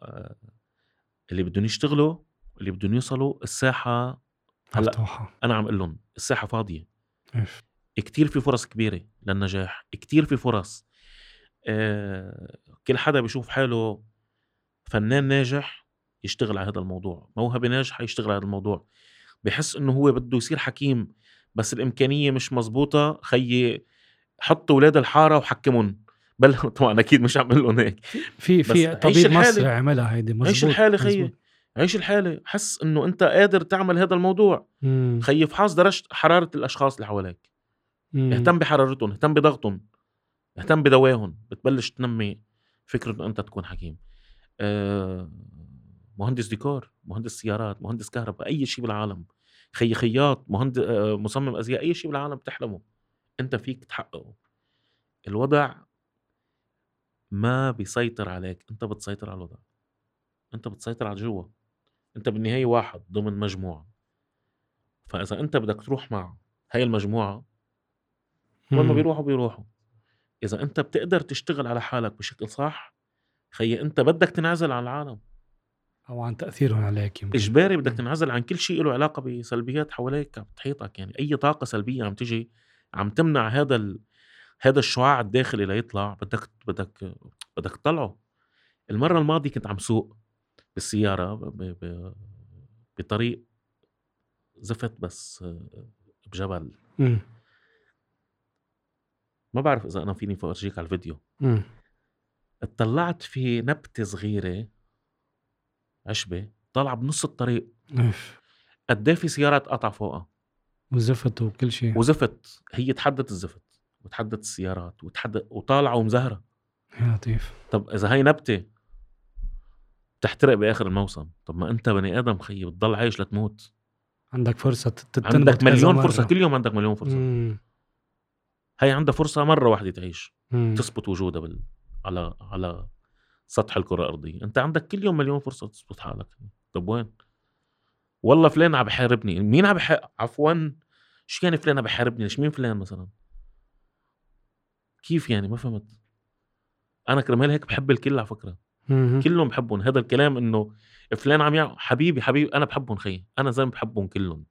اللي بدهم يشتغلوا اللي بدهم يوصلوا الساحة هلا مفتوحة. انا عم اقول لهم الساحة فاضية. أف. كتير في فرص كبيرة للنجاح، كتير في فرص. آه... كل حدا بيشوف حاله فنان ناجح يشتغل على هذا الموضوع، موهبة ناجحة يشتغل على هذا الموضوع. بحس إنه هو بده يصير حكيم بس الإمكانية مش مزبوطة، خيي حط ولاد الحارة وحكمهم. بل طبعا أكيد مش عمل لهم هيك. في في طبيب مصري عملها هيدي، مزبوط. عيش الحالة خيي، عيش الحالة. حس إنه أنت قادر تعمل هذا الموضوع. مم. خيي فحص درجة حرارة الأشخاص اللي حواليك. مم. اهتم بحرارتهم، اهتم بضغطهم، اهتم بدواهم. بتبلش تنمي فكرة إنه أنت تكون حكيم. أه مهندس ديكور، مهندس سيارات، مهندس كهرباء، أي شيء بالعالم. خي خياط، مهندس أه مصمم أزياء، أي شيء بالعالم تحلمه أنت فيك تحققه. الوضع ما بيسيطر عليك، أنت بتسيطر على الوضع. أنت بتسيطر على جوا. أنت بالنهاية واحد ضمن مجموعة. فإذا أنت بدك تروح مع هاي المجموعة وين ما بيروحوا بيروحوا. إذا أنت بتقدر تشتغل على حالك بشكل صح، خي أنت بدك تنعزل عن العالم أو عن تأثيرهم عليك. يمكن إجباري بدك تنعزل عن كل شيء له علاقة بسلبيات حواليك بتحيطك. يعني أي طاقة سلبية عم تجي عم تمنع هذا ال... هذا الشعاع الداخلي ليطلع، بدك بدك بدك تطلعه. المرة الماضية كنت عم سوق بالسيارة ب... ب... بطريق زفت بس بجبل. م. ما بعرف إذا أنا فيني فرجيك على الفيديو. م. اطلعت في نبتة صغيرة عشبة طالعة بنص الطريق. قد في سيارات قطع فوقها وزفت وكل شيء وزفت. هي تحدت الزفت وتحدت السيارات وتحدت وطالعة ومزهرة. يا لطيف. طب إذا هاي نبتة تحترق بآخر الموسم، طب ما أنت بني آدم خيي بتضل عايش لتموت. عندك فرصة تتنبت، عندك مليون فرصة كل يوم، عندك مليون فرصة. مم. هاي عندها فرصة مرة واحدة تعيش، مم. تثبت وجودها بال... على على سطح الكرة الأرضية. أنت عندك كل يوم مليون فرصة تثبت حالك. طب وين؟ والله فلان عم بحاربني. مين عم بحارب؟ عفوا شو يعني فلان عم بحاربني؟ ليش مين فلان مثلا؟ كيف يعني؟ ما فهمت. أنا كرمال هيك بحب الكل على فكرة. مم. كلهم بحبهم. هذا الكلام إنه فلان عم يعمل حبيبي حبيبي، أنا بحبهم خي. أنا زي ما بحبهم كلهم.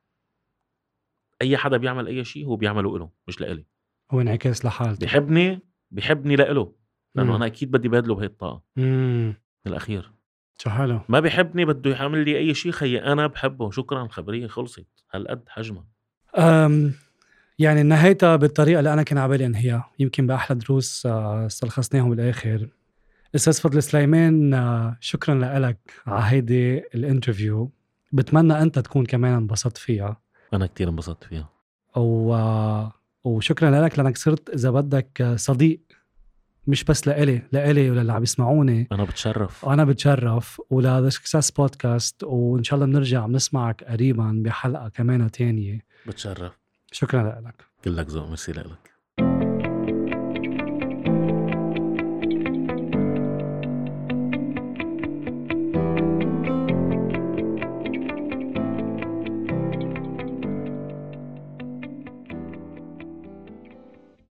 أي حدا بيعمل أي شيء هو بيعمله إله مش لإلي. هو انعكاس لحالته. بيحبني بيحبني لإله لأنه مم. أنا أكيد بدي بادله بهي الطاقة. مم. الأخير شو حاله. ما بيحبني بده يعمل لي أي شيء خي. أنا بحبه شكرا، خبرية خلصت. هالقد حجمها. أم يعني نهيتها بالطريقة اللي أنا كان عبالي أنهيها، يمكن بأحلى دروس استلخصناهم بالآخر. أستاذ فضل سليمان، شكرا لك على هيدي الانترفيو. بتمنى أنت تكون كمان انبسطت فيها. أنا كتير انبسطت فيها. و... وشكرا لك لأنك صرت إذا بدك صديق، مش بس لإلي لإلي وللي عم يسمعوني. أنا بتشرف. أنا بتشرف ولهذا سكسس بودكاست، وإن شاء الله بنرجع بنسمعك قريبا بحلقة كمان تانية. بتشرف. شكرا لك. كلك ذوق. ميرسي لك.